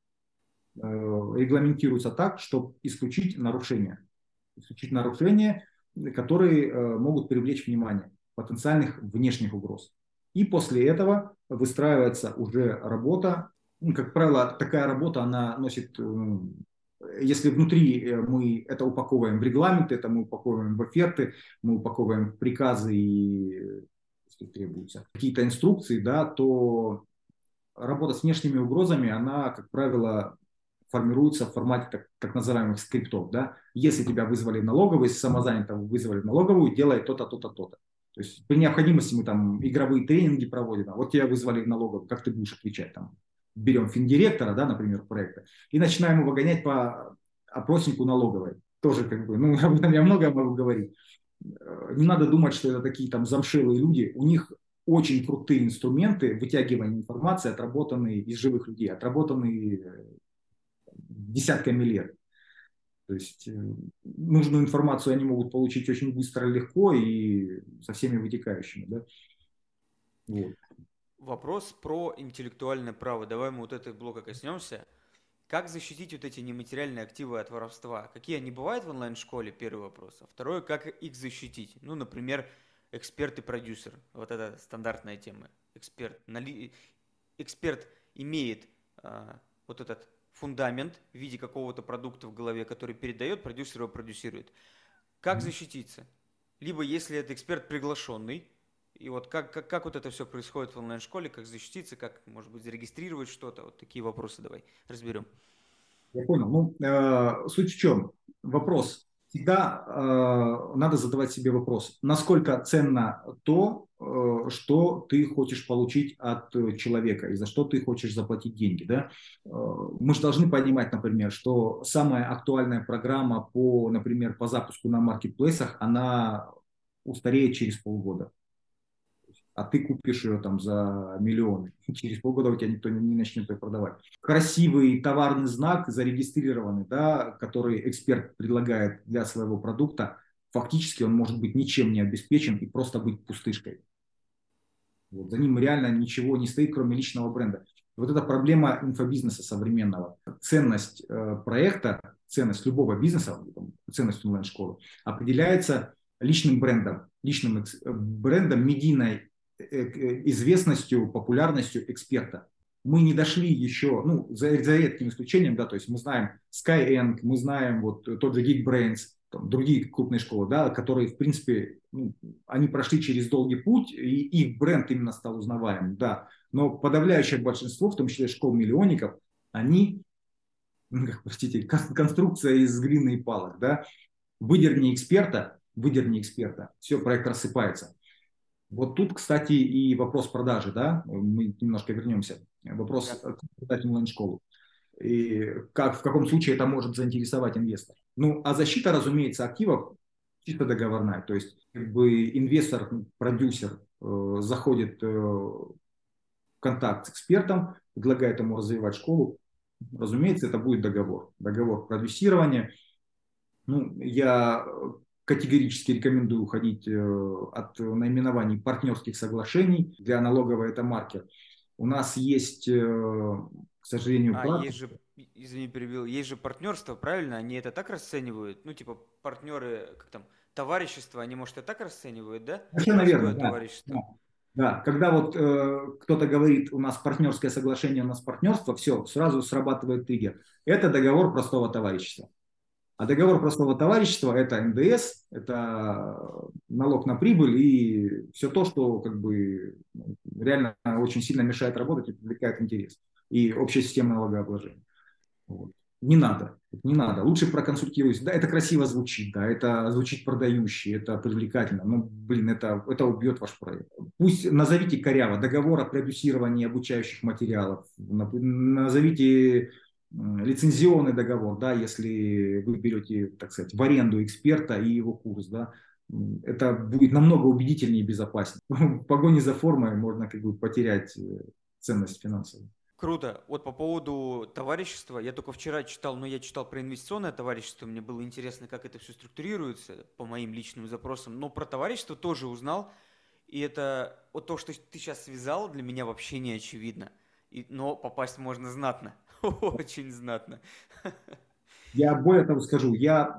регламентируется так, чтобы исключить нарушения. Исключить нарушения, которые могут привлечь внимание потенциальных внешних угроз. И после этого выстраивается уже работа. Ну, как правило, такая работа, она носит, если внутри мы это упаковываем в регламенты, это мы упаковываем в оферты, мы упаковываем в приказы и, если требуются какие-то инструкции, да, то работа с внешними угрозами, она, как правило, формируется в формате так называемых скриптов. Да? Если тебя вызвали в налоговую, если самозанятого вызвали в налоговую, делай то-то, то-то, то-то. То есть при необходимости мы там игровые тренинги проводим. А вот тебя вызвали в налоговую, как ты будешь отвечать там? Берем финдиректора, да, например, проекта, и начинаем его гонять по опроснику налоговой. Тоже как бы, ну, об этом я много могу говорить. Не надо думать, что это такие там замшелые люди. У них очень крутые инструменты вытягивания информации, отработанные из живых людей, отработанные десятками лет. То есть нужную информацию они могут получить очень быстро и легко и со всеми вытекающими. Да? Вот. Вопрос про интеллектуальное право. Давай мы вот этого блока коснемся. Как защитить вот эти нематериальные активы от воровства? Какие они бывают в онлайн-школе? Первый вопрос. А второй, как их защитить? Ну, например, эксперт и продюсер. Вот это стандартная тема. Эксперт имеет вот этот фундамент в виде какого-то продукта в голове, который передает, продюсер его продюсирует. Как защититься? Либо если это эксперт приглашенный, и вот как вот это все происходит в онлайн-школе, как защититься, как, может быть, зарегистрировать что-то, вот такие вопросы давай разберем. Я понял. Ну, суть в чем? Вопрос. Всегда надо задавать себе вопрос, насколько ценно то, что ты хочешь получить от человека и за что ты хочешь заплатить деньги. Да? Мы же должны понимать, например, что самая актуальная программа например, по запуску на маркетплейсах, она устареет через полгода. А ты купишь ее там за миллионы. Через полгода у тебя никто не начнет ее продавать. Красивый товарный знак зарегистрированный, да, который эксперт предлагает для своего продукта, фактически он может быть ничем не обеспечен и просто быть пустышкой. Вот, за ним реально ничего не стоит, кроме личного бренда. Вот это проблема инфобизнеса современного. Ценность проекта, ценность любого бизнеса, ценность онлайн-школы определяется личным брендом, медийной известностью, популярностью эксперта. Мы не дошли еще, ну, за редким исключением, да, то есть мы знаем Skyeng, мы знаем вот тот же Geekbrains, там, другие крупные школы, да, которые, в принципе, ну, они прошли через долгий путь, и их бренд именно стал узнаваемым, да. Но подавляющее большинство, в том числе школ-миллионников, они, простите, конструкция из глины и палок, да. Выдерни эксперта, все, проект рассыпается. Вот тут, кстати, и вопрос продажи, да, мы немножко вернемся. Вопрос продать онлайн-школу. И в каком случае это может заинтересовать инвестора. Ну, а защита, разумеется, активов чисто договорная. То есть как бы инвестор, продюсер заходит в контакт с экспертом, предлагает ему развивать школу. Разумеется, это будет договор. Договор продюсирования. Ну, я категорически рекомендую уходить от наименований партнерских соглашений. Для налоговой это маркер. У нас есть, к сожалению, Есть практика. же, извини, перебил, есть же партнерство, правильно? Они это так расценивают? Ну, типа, партнеры, как там, товарищество, они, может, и так расценивают, да? Совершенно верно, Простое да. Да. товарищество. Да. Когда вот кто-то говорит, у нас партнерское соглашение, у нас партнерство, все, сразу срабатывает триггер. Это договор простого товарищества. А договор простого товарищества – это НДС, это налог на прибыль и все то, что как бы реально очень сильно мешает работать и привлекает интерес. И общая система налогообложения. Вот. Не надо, не надо. Лучше проконсультируйся. Да, это красиво звучит, да, это звучит продающе, это привлекательно. Но, блин, это убьет ваш проект. Пусть назовите коряво договор о продюсировании обучающих материалов, назовите лицензионный договор, да, если вы берете, так сказать, в аренду эксперта и его курс, да, это будет намного убедительнее и безопаснее. В погоне за формой можно как бы потерять ценность финансовую. Круто. Вот по поводу товарищества, я только вчера читал, но я читал про инвестиционное товарищество, мне было интересно, как это все структурируется по моим личным запросам, но про товарищество тоже узнал, и это вот то, что ты сейчас связал, для меня вообще не очевидно. Но попасть можно знатно, очень знатно. Я более того скажу,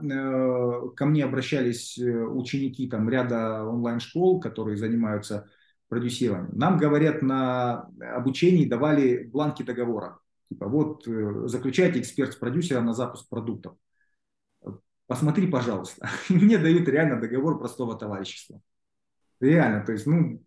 ко мне обращались ученики там, ряда онлайн-школ, которые занимаются продюсированием. Нам, говорят, на обучении давали бланки договора. Типа вот заключайте эксперт с продюсером на запуск продуктов. Посмотри, пожалуйста. Мне дают реально договор простого товарищества. Реально, то есть,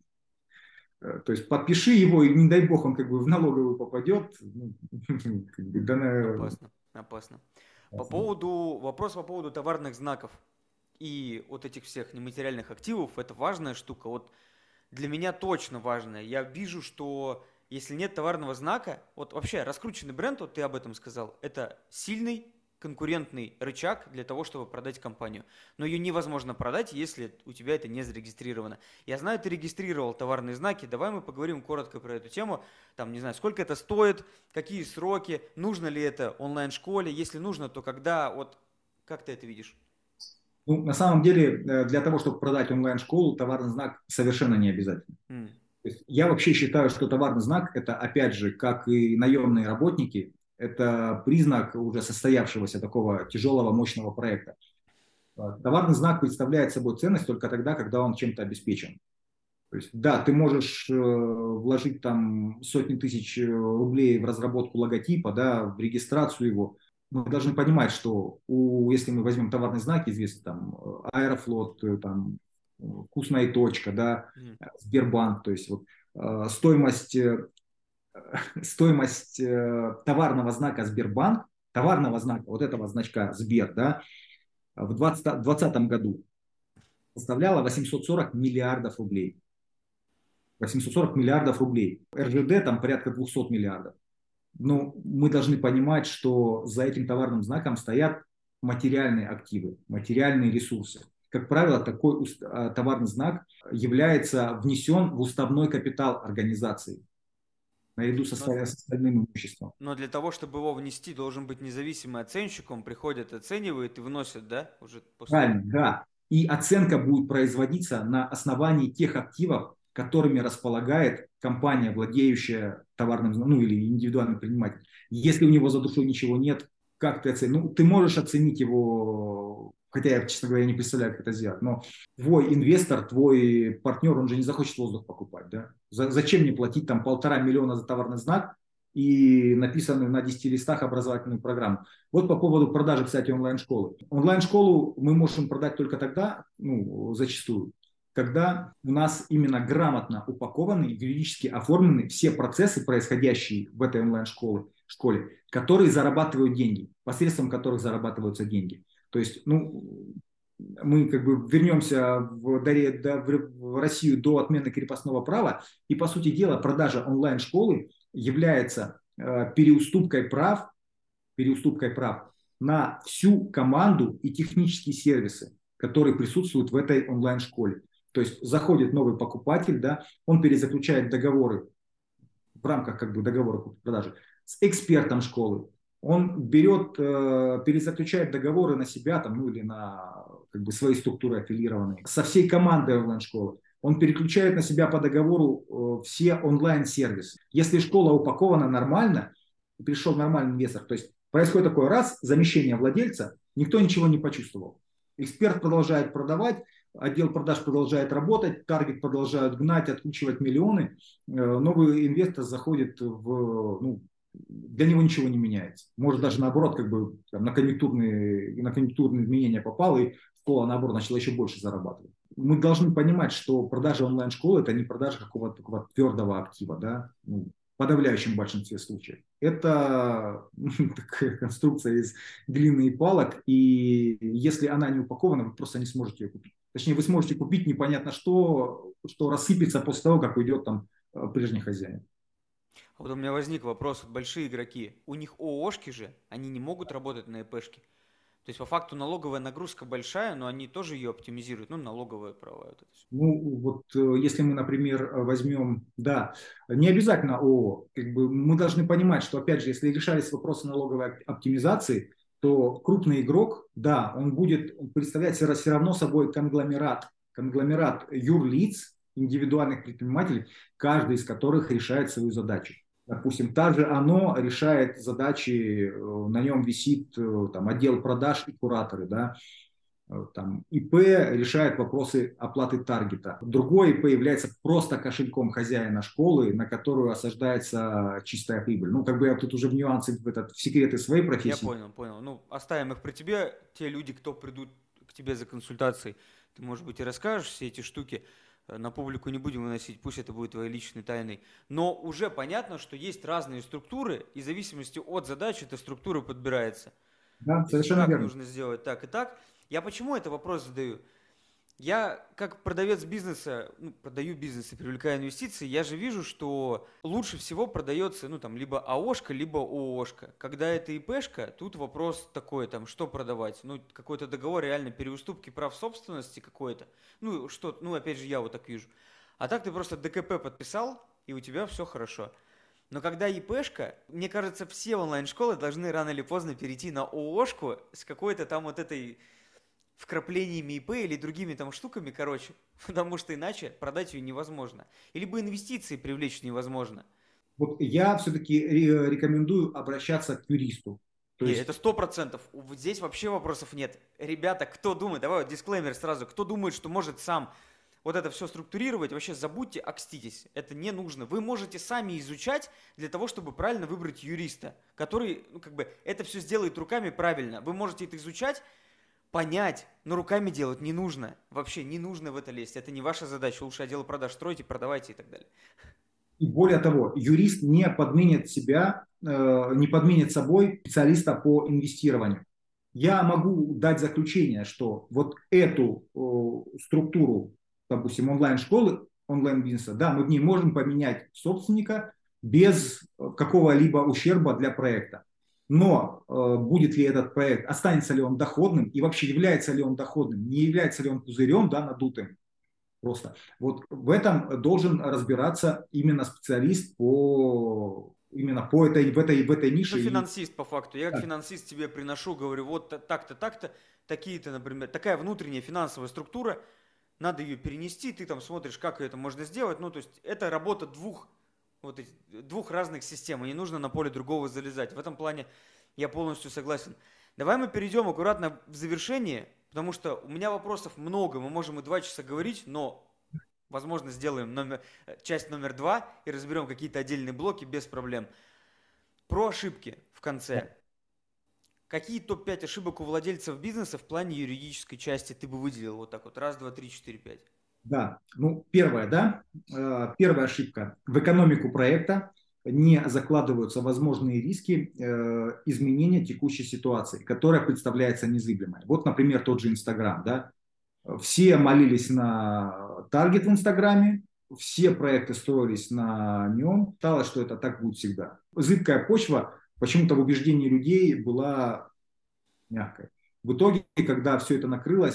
то есть подпиши его, и не дай бог он как бы в налоговую попадет. Ну, как бы, Опасно, опасно. Вопрос по поводу товарных знаков и вот этих всех нематериальных активов, это важная штука. Вот для меня точно важная. Я вижу, что если нет товарного знака, вот вообще раскрученный бренд, вот ты об этом сказал, это сильный конкурентный рычаг для того, чтобы продать компанию. Но ее невозможно продать, если у тебя это не зарегистрировано. Я знаю, ты регистрировал товарные знаки. Давай мы поговорим коротко про эту тему. Там, не знаю, сколько это стоит, какие сроки, нужно ли это онлайн-школе. Если нужно, то когда, вот как ты это видишь? Ну, на самом деле, для того, чтобы продать онлайн-школу, товарный знак совершенно не обязательно. М. То есть я вообще считаю, что товарный знак – это, опять же, как и наемные работники, это признак уже состоявшегося такого тяжелого, мощного проекта. Товарный знак представляет собой ценность только тогда, когда он чем-то обеспечен. То есть, да, ты можешь вложить там сотни тысяч рублей в разработку логотипа, да, в регистрацию его. Мы должны понимать, что если мы возьмем товарный знак, известный там Аэрофлот, там вкусная точка, да, М. Сбербанк, то есть вот стоимость, стоимость товарного знака Сбербанк, товарного знака, вот этого значка Сбер, да, в 2020 году составляла 840 миллиардов рублей. 840 миллиардов рублей. РЖД там порядка 200 миллиардов. Но мы должны понимать, что за этим товарным знаком стоят материальные активы, материальные ресурсы. Как правило, такой товарный знак является внесен в уставной капитал организации наряду Но, с остальным имуществом. но для того, чтобы его внести, должен быть независимый оценщик, он приходит, оценивает и вносит, да, уже после. Правильно, да. И оценка будет производиться на основании тех активов, которыми располагает компания, владеющая товарным, ну или индивидуальный предприниматель. Если у него за душой ничего нет, как ты оценишь? Ну, ты можешь оценить его, хотя я, честно говоря, не представляю, как это сделать, но твой инвестор, твой партнер, он же не захочет воздух покупать, да? Зачем мне платить там 1,5 миллиона за товарный знак и написанную на 10 листах образовательную программу? Вот по поводу продажи, кстати, онлайн-школы. Онлайн-школу мы можем продать только тогда, ну, зачастую, когда у нас именно грамотно упакованы, юридически оформлены все процессы, происходящие в этой школе, которые зарабатывают деньги, посредством которых зарабатываются деньги. То есть, ну, мы как бы вернемся в Россию до отмены крепостного права, и, по сути дела, продажа онлайн-школы является переуступкой прав на всю команду и технические сервисы, который присутствует в этой онлайн-школе. То есть заходит новый покупатель, да, он перезаключает договоры в рамках как бы договора продажи с экспертом школы. Он берет, перезаключает договоры на себя там, ну, или на как бы, свои структуры аффилированные со всей командой онлайн-школы. Он переключает на себя по договору все онлайн-сервисы. Если школа упакована нормально, пришел нормальный инвестор, то есть происходит такой раз, замещение владельца, никто ничего не почувствовал. Эксперт продолжает продавать, отдел продаж продолжает работать, таргет продолжают гнать, откручивать миллионы, новый инвестор заходит в, ну, для него ничего не меняется. Может даже наоборот, как бы там, на конъюнктурные изменения попал, и школа наоборот начала еще больше зарабатывать. Мы должны понимать, что продажа онлайн-школы это не продажа какого-то такого твердого актива, да, ну, в подавляющем большинстве случаев. Это такая конструкция из глины и палок, и если она не упакована, вы просто не сможете ее купить. Точнее, вы сможете купить непонятно что рассыпется после того, как уйдет там прежний хозяин. А вот у меня возник вопрос, большие игроки, у них ООшки же, они не могут работать на ИПшке. То есть по факту налоговая нагрузка большая, но они тоже ее оптимизируют, ну, налоговые права. Вот это всё. Ну, вот если мы, например, возьмем, да, не обязательно ООО, как бы мы должны понимать, что, опять же, если решались вопросы налоговой оптимизации, то крупный игрок, да, он будет представлять все равно собой конгломерат юрлиц, индивидуальных предпринимателей, каждый из которых решает свою задачу. Допустим, также оно решает задачи, на нем висит там, отдел продаж и кураторы, да, там, ИП решает вопросы оплаты таргета. Другой ИП является просто кошельком хозяина школы, на которую осаждается чистая прибыль. Ну, как бы я тут уже в нюансы, в секреты своей Я профессии. понял. Ну, оставим их при тебе. Те люди, кто придут к тебе за консультацией, ты, может быть, и расскажешь все эти штуки. На публику не будем выносить, пусть это будет твоей личной тайной. Но уже понятно, что есть разные структуры, и в зависимости от задачи эта структура подбирается. Да, То есть совершенно как верно. нужно сделать так и так. Я почему это вопрос задаю? Я как продавец бизнеса, ну, продаю бизнес и привлекаю инвестиции, я же вижу, что лучше всего продается, ну, там, либо АОшка, либо ООшка. Когда это ИПшка, тут вопрос такой, там, что продавать? Ну, какой-то договор реально переуступки прав собственности какой-то. Ну, что, ну, опять же, я вот так вижу. А так ты просто ДКП подписал, и у тебя все хорошо. Но когда ИПшка, мне кажется, все онлайн-школы должны рано или поздно перейти на ООшку с какой-то там вот этой вкраплениями ИП или другими там штуками, короче, потому что иначе продать ее невозможно. И либо инвестиции привлечь невозможно. Вот я все-таки рекомендую обращаться к юристу. То Не, это есть 100%. Здесь вообще вопросов нет. Ребята, кто думает, давай вот дисклеймер сразу, кто думает, что может сам вот это все структурировать, вообще забудьте, окститесь. Это не нужно. Вы можете сами изучать для того, чтобы правильно выбрать юриста, который, ну, как бы, это все сделает руками правильно. Вы можете это изучать, понять, но руками делать не нужно. Вообще не нужно в это лезть. Это не ваша задача. Лучше отдел продаж стройте, продавайте и так далее. и более того, юрист не подменит себя, не подменит собой специалиста по инвестированию. Я могу дать заключение, что вот эту структуру, допустим, онлайн-школы, онлайн-бизнеса, да, мы в ней можем поменять собственника без какого-либо ущерба для проекта. Но будет ли этот проект, останется ли он доходным и вообще является ли он доходным, не является ли он пузырем, да, надутым, просто. Вот в этом должен разбираться именно специалист именно в этой Ну, нише. И, финансист по факту. Я как да, финансист тебе приношу, говорю, вот так-то, так-то, такие-то, например, такая внутренняя финансовая структура, надо ее перенести, ты там смотришь, как это можно сделать. Ну, то есть это работа двух разных систем, и не нужно на поле другого залезать. В этом плане я полностью согласен. Давай мы перейдем аккуратно в завершение, потому что у меня вопросов много, мы можем и 2 часа говорить, но, возможно, сделаем часть номер 2 и разберем какие-то отдельные блоки без проблем. Про ошибки в конце. Какие топ-5 ошибок у владельцев бизнеса в плане юридической части ты бы выделил вот так вот? Раз, два, три, четыре, пять. да. Ну, первое, да, первая ошибка. В экономику проекта не закладываются возможные риски изменения текущей ситуации, которая представляется незыблемой. Вот, например, тот же Инстаграм, да. Все молились на таргет в Инстаграме, все проекты строились на нем. Считалось, что это так будет всегда. Зыбкая почва почему-то в убеждении людей была мягкой. В итоге, когда все это накрылось,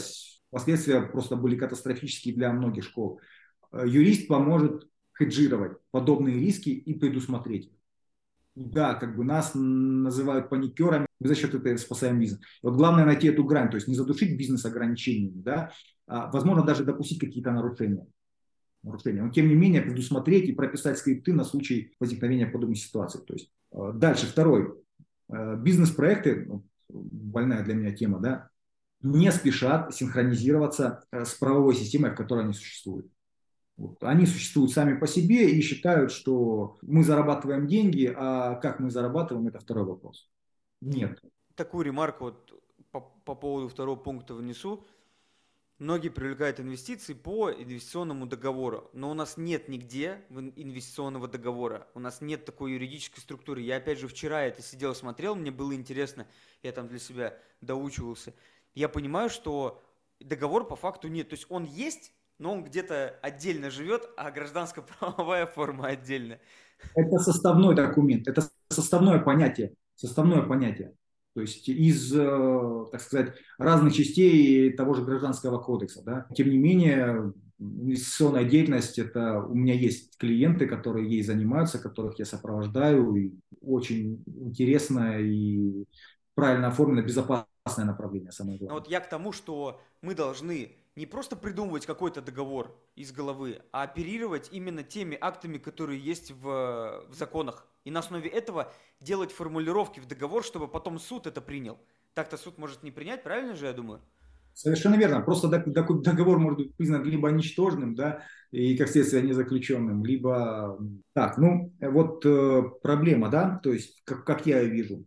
Последствия просто были катастрофические для многих школ. Юрист поможет хеджировать подобные риски и предусмотреть. Да, как бы нас называют паникерами, мы за счет этого спасаем бизнес. Вот главное найти эту грань, то есть не задушить бизнес ограничениями, да, возможно, даже допустить какие-то нарушения. Но тем не менее предусмотреть и прописать скрипты на случай возникновения подобной ситуации. То есть дальше, второй. Бизнес-проекты, больная для меня тема, да, не спешат синхронизироваться с правовой системой, в которой они существуют. Вот. Они существуют сами по себе и считают, что мы зарабатываем деньги, а как мы зарабатываем, это второй вопрос. Нет. Такую ремарку вот по поводу второго пункта внесу. Многие привлекают инвестиции по инвестиционному договору, но у нас нет нигде инвестиционного договора, у нас нет такой юридической структуры. Я опять же вчера это сидел, смотрел, мне было интересно, я там для себя доучивался. Я понимаю, что договор по факту нет, то есть он есть, но он где-то отдельно живет, а гражданско-правовая форма отдельно. Это составной документ, это составное понятие, составное понятие. То есть из, так сказать, разных частей того же Гражданского кодекса. Да? Тем не менее, инвестиционная деятельность, это у меня есть клиенты, которые ей занимаются, которых я сопровождаю, и очень интересное и правильно оформленное, безопасное направление, самое Но главное. вот я к тому, что мы должны не просто придумывать какой-то договор из головы, а оперировать именно теми актами, которые есть в законах. И на основе этого делать формулировки в договор, чтобы потом суд это принял. Так-то суд может не принять, правильно же, я думаю? Совершенно верно. Просто договор может быть признан либо ничтожным, да, и как следствие незаключенным, либо так. Ну, вот проблема, да, то есть, как я ее вижу,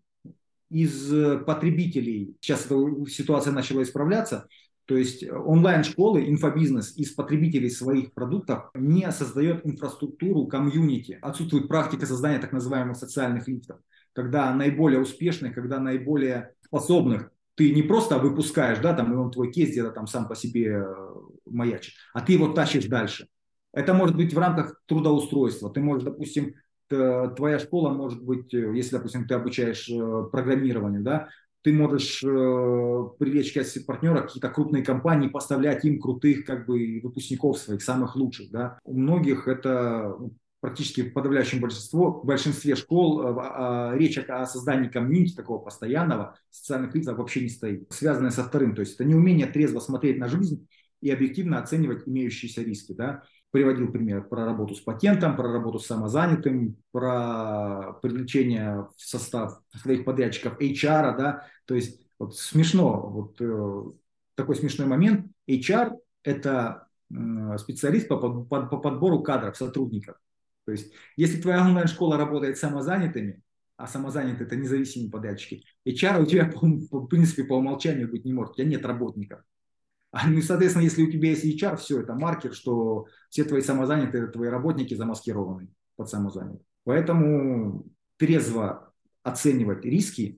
из потребителей, сейчас эта ситуация начала исправляться, то есть онлайн-школы, инфобизнес из потребителей своих продуктов не создает инфраструктуру комьюнити. Отсутствует практика создания так называемых социальных лифтов, когда наиболее успешных, когда наиболее способных ты не просто выпускаешь, да, там, и он твой кейс где-то там сам по себе маячит, а ты его тащишь дальше. Это может быть в рамках трудоустройства. Ты можешь, допустим, твоя школа может быть, если, допустим, ты обучаешь программированию, да, ты можешь привлечь в качестве партнера какие-то крупные компании, поставлять им крутых как бы выпускников своих, самых лучших, да. У многих это практически в подавляющем большинстве школ речь о создании комьюнити такого постоянного, социальных лиц вообще не стоит. Связанное со вторым, то есть это неумение трезво смотреть на жизнь и объективно оценивать имеющиеся риски, да. Приводил пример про работу с патентом, про работу с самозанятым, про привлечение в состав своих подрядчиков HR, да, то есть вот смешно, вот такой смешной момент. HR – это специалист по подбору кадров, сотрудников. То есть если твоя онлайн-школа работает с самозанятыми, а самозанятые – это независимые подрядчики, HR у тебя, в принципе, по умолчанию быть не может, у тебя нет работников. Ну и, соответственно, если у тебя есть HR, все, это маркер, что все твои самозанятые, твои работники замаскированы под самозанятых. Поэтому трезво оценивать риски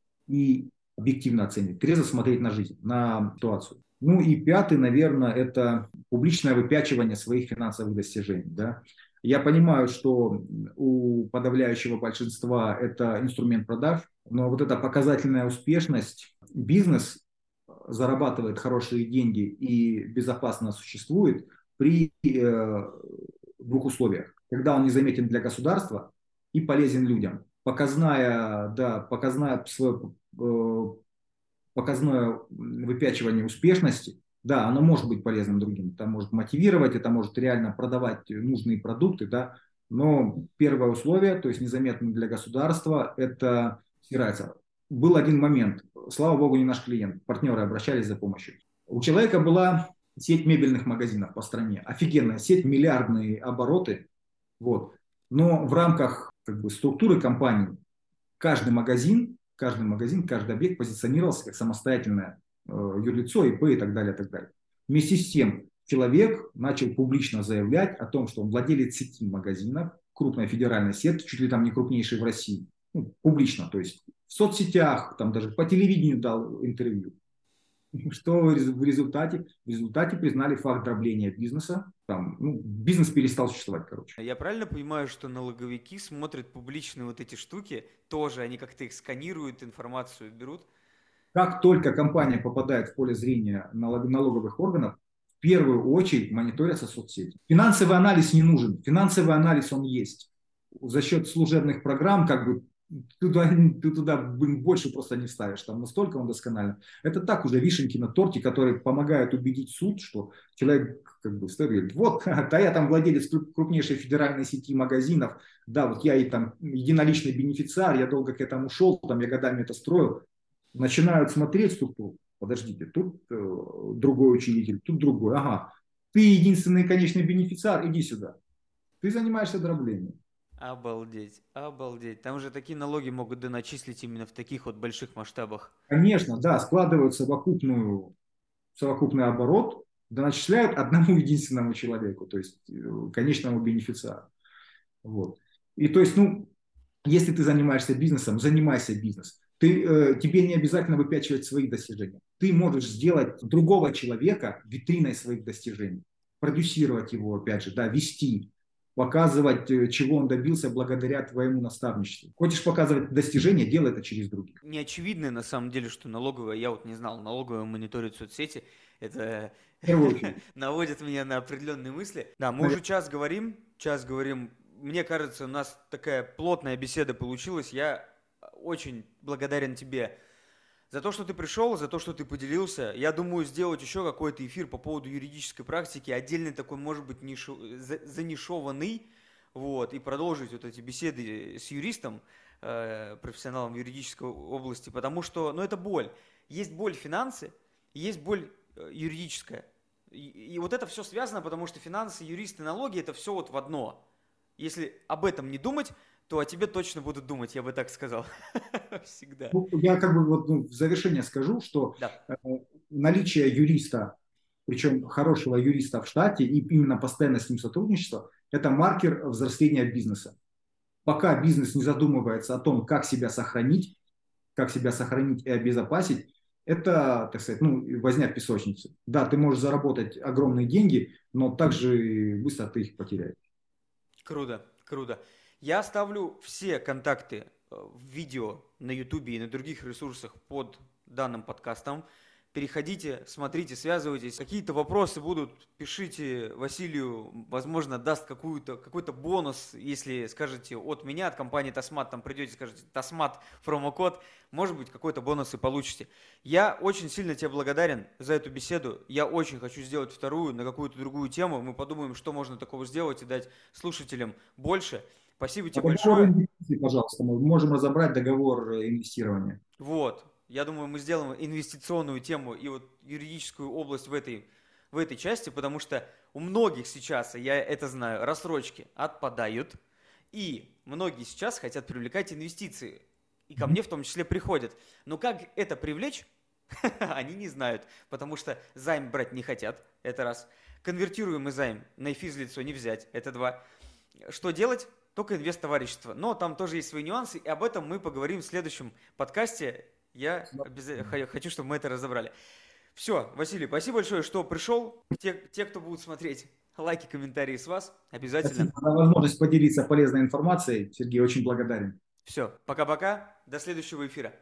и объективно оценивать, трезво смотреть на жизнь, на ситуацию. Ну и пятый, наверное, это публичное выпячивание своих финансовых достижений. Да? Я понимаю, что у подавляющего большинства это инструмент продаж, но вот эта показательная успешность, бизнес зарабатывает хорошие деньги и безопасно существует при двух условиях. Когда он незаметен для государства и полезен людям. Показное свое показное выпячивание успешности, да, оно может быть полезным другим, это может мотивировать, это может реально продавать нужные продукты, да, но первое условие, то есть незаметно для государства, это стирается. Был один момент, слава богу, не наш клиент, партнеры обращались за помощью. У человека была сеть мебельных магазинов по стране, офигенная сеть, миллиардные обороты, вот. Но в рамках как бы, структуры компании каждый магазин, каждый объект позиционировался как самостоятельное юрлицо, ИП и так далее, и так далее. Вместе с тем человек начал публично заявлять о том, что он владелец сети магазинов, крупной федеральной сетки, чуть ли там не крупнейшей в России, ну, публично, то есть в соцсетях, там даже по телевидению дал интервью. Что в результате признали факт дробления бизнеса. Там, ну, бизнес перестал существовать, короче. Я правильно понимаю, что налоговики смотрят публичные вот эти штуки, тоже они как-то их сканируют, информацию берут? Как только компания попадает в поле зрения налоговых органов, в первую очередь мониторятся соцсети. Финансовый анализ не нужен. Финансовый анализ он есть. За счет служебных программ как бы ты туда больше просто не вставишь. Там настолько он досконально. Это так уже вишенки на торте, которые помогают убедить суд, что человек как бы стоит и говорит, вот, да я там владелец крупнейшей федеральной сети магазинов, да, вот я и там единоличный бенефициар, я долго к этому шел, там я годами это строил. Начинают смотреть структуру. Подождите, тут другой учредитель, тут другой. Ага, ты единственный конечный бенефициар, иди сюда. Ты занимаешься дроблением. Обалдеть, обалдеть. Там же такие налоги могут доначислить именно в таких вот больших масштабах. Конечно, да, складывают совокупный оборот, да начисляют одному единственному человеку, то есть конечному бенефициару. Вот. И то есть, ну, если ты занимаешься бизнесом, занимайся бизнесом. Тебе не обязательно выпячивать свои достижения. Ты можешь сделать другого человека витриной своих достижений, продюсировать его, опять же, да, вести, показывать, чего он добился благодаря твоему наставничеству. Хочешь показывать достижения, делай это через других. Не очевидно на самом деле, что налоговая, я вот не знал, налоговая мониторит соцсети, это В первую очередь. наводит меня на определенные мысли. Да, мы уже час говорим, мне кажется, у нас такая плотная беседа получилась, я очень благодарен тебе за то, что ты пришел, за то, что ты поделился. Я думаю, сделать еще какой-то эфир по поводу юридической практики, отдельный такой, может быть, занишованный, вот, и продолжить вот эти беседы с юристом, профессионалом юридической области, потому что, ну, это боль. Есть боль финансы, есть боль юридическая. И вот это все связано, потому что финансы, юристы, налоги – это все вот в одно. Если об этом не думать, то о тебе точно будут думать, я бы так сказал. Всегда. Ну, я как бы вот, в завершение скажу, что Да. наличие юриста, причем хорошего юриста в штате и именно постоянно с ним сотрудничество, это маркер взросления бизнеса. Пока бизнес не задумывается о том, как себя сохранить и обезопасить, это, так сказать, ну, возня в песочнице. Да, ты можешь заработать огромные деньги, но также быстро ты их потеряешь. Круто, круто. Я оставлю все контакты в видео на YouTube и на других ресурсах под данным подкастом. Переходите, смотрите, связывайтесь. Какие-то вопросы будут, пишите Василию, возможно, даст какой-то бонус, если скажете от меня, от компании Тасмат, там придете, скажете Тасмат промокод, может быть, какой-то бонус и получите. Я очень сильно тебе благодарен за эту беседу. Я очень хочу сделать вторую на какую-то другую тему. Мы подумаем, что можно такого сделать и дать слушателям больше. Спасибо По тебе договору большое. инвестиций, пожалуйста, мы можем разобрать договор инвестирования. Вот, я думаю, мы сделаем инвестиционную тему и вот юридическую область в этой части, потому что у многих сейчас, и я это знаю, рассрочки отпадают, и многие сейчас хотят привлекать инвестиции, и ко мне в том числе приходят. Но как это привлечь, они не знают, потому что займ брать не хотят, это раз. Конвертируемый займ на физлицо не взять, это два. Что делать? Только инвест-товарищество. Но там тоже есть свои нюансы, и об этом мы поговорим в следующем подкасте. Я хочу, чтобы мы это разобрали. Все, Василий, спасибо большое, что пришел. Те, кто будут смотреть, лайки, комментарии с вас обязательно. Спасибо за возможность поделиться полезной информацией. Сергей, очень благодарен. Все, пока-пока, до следующего эфира.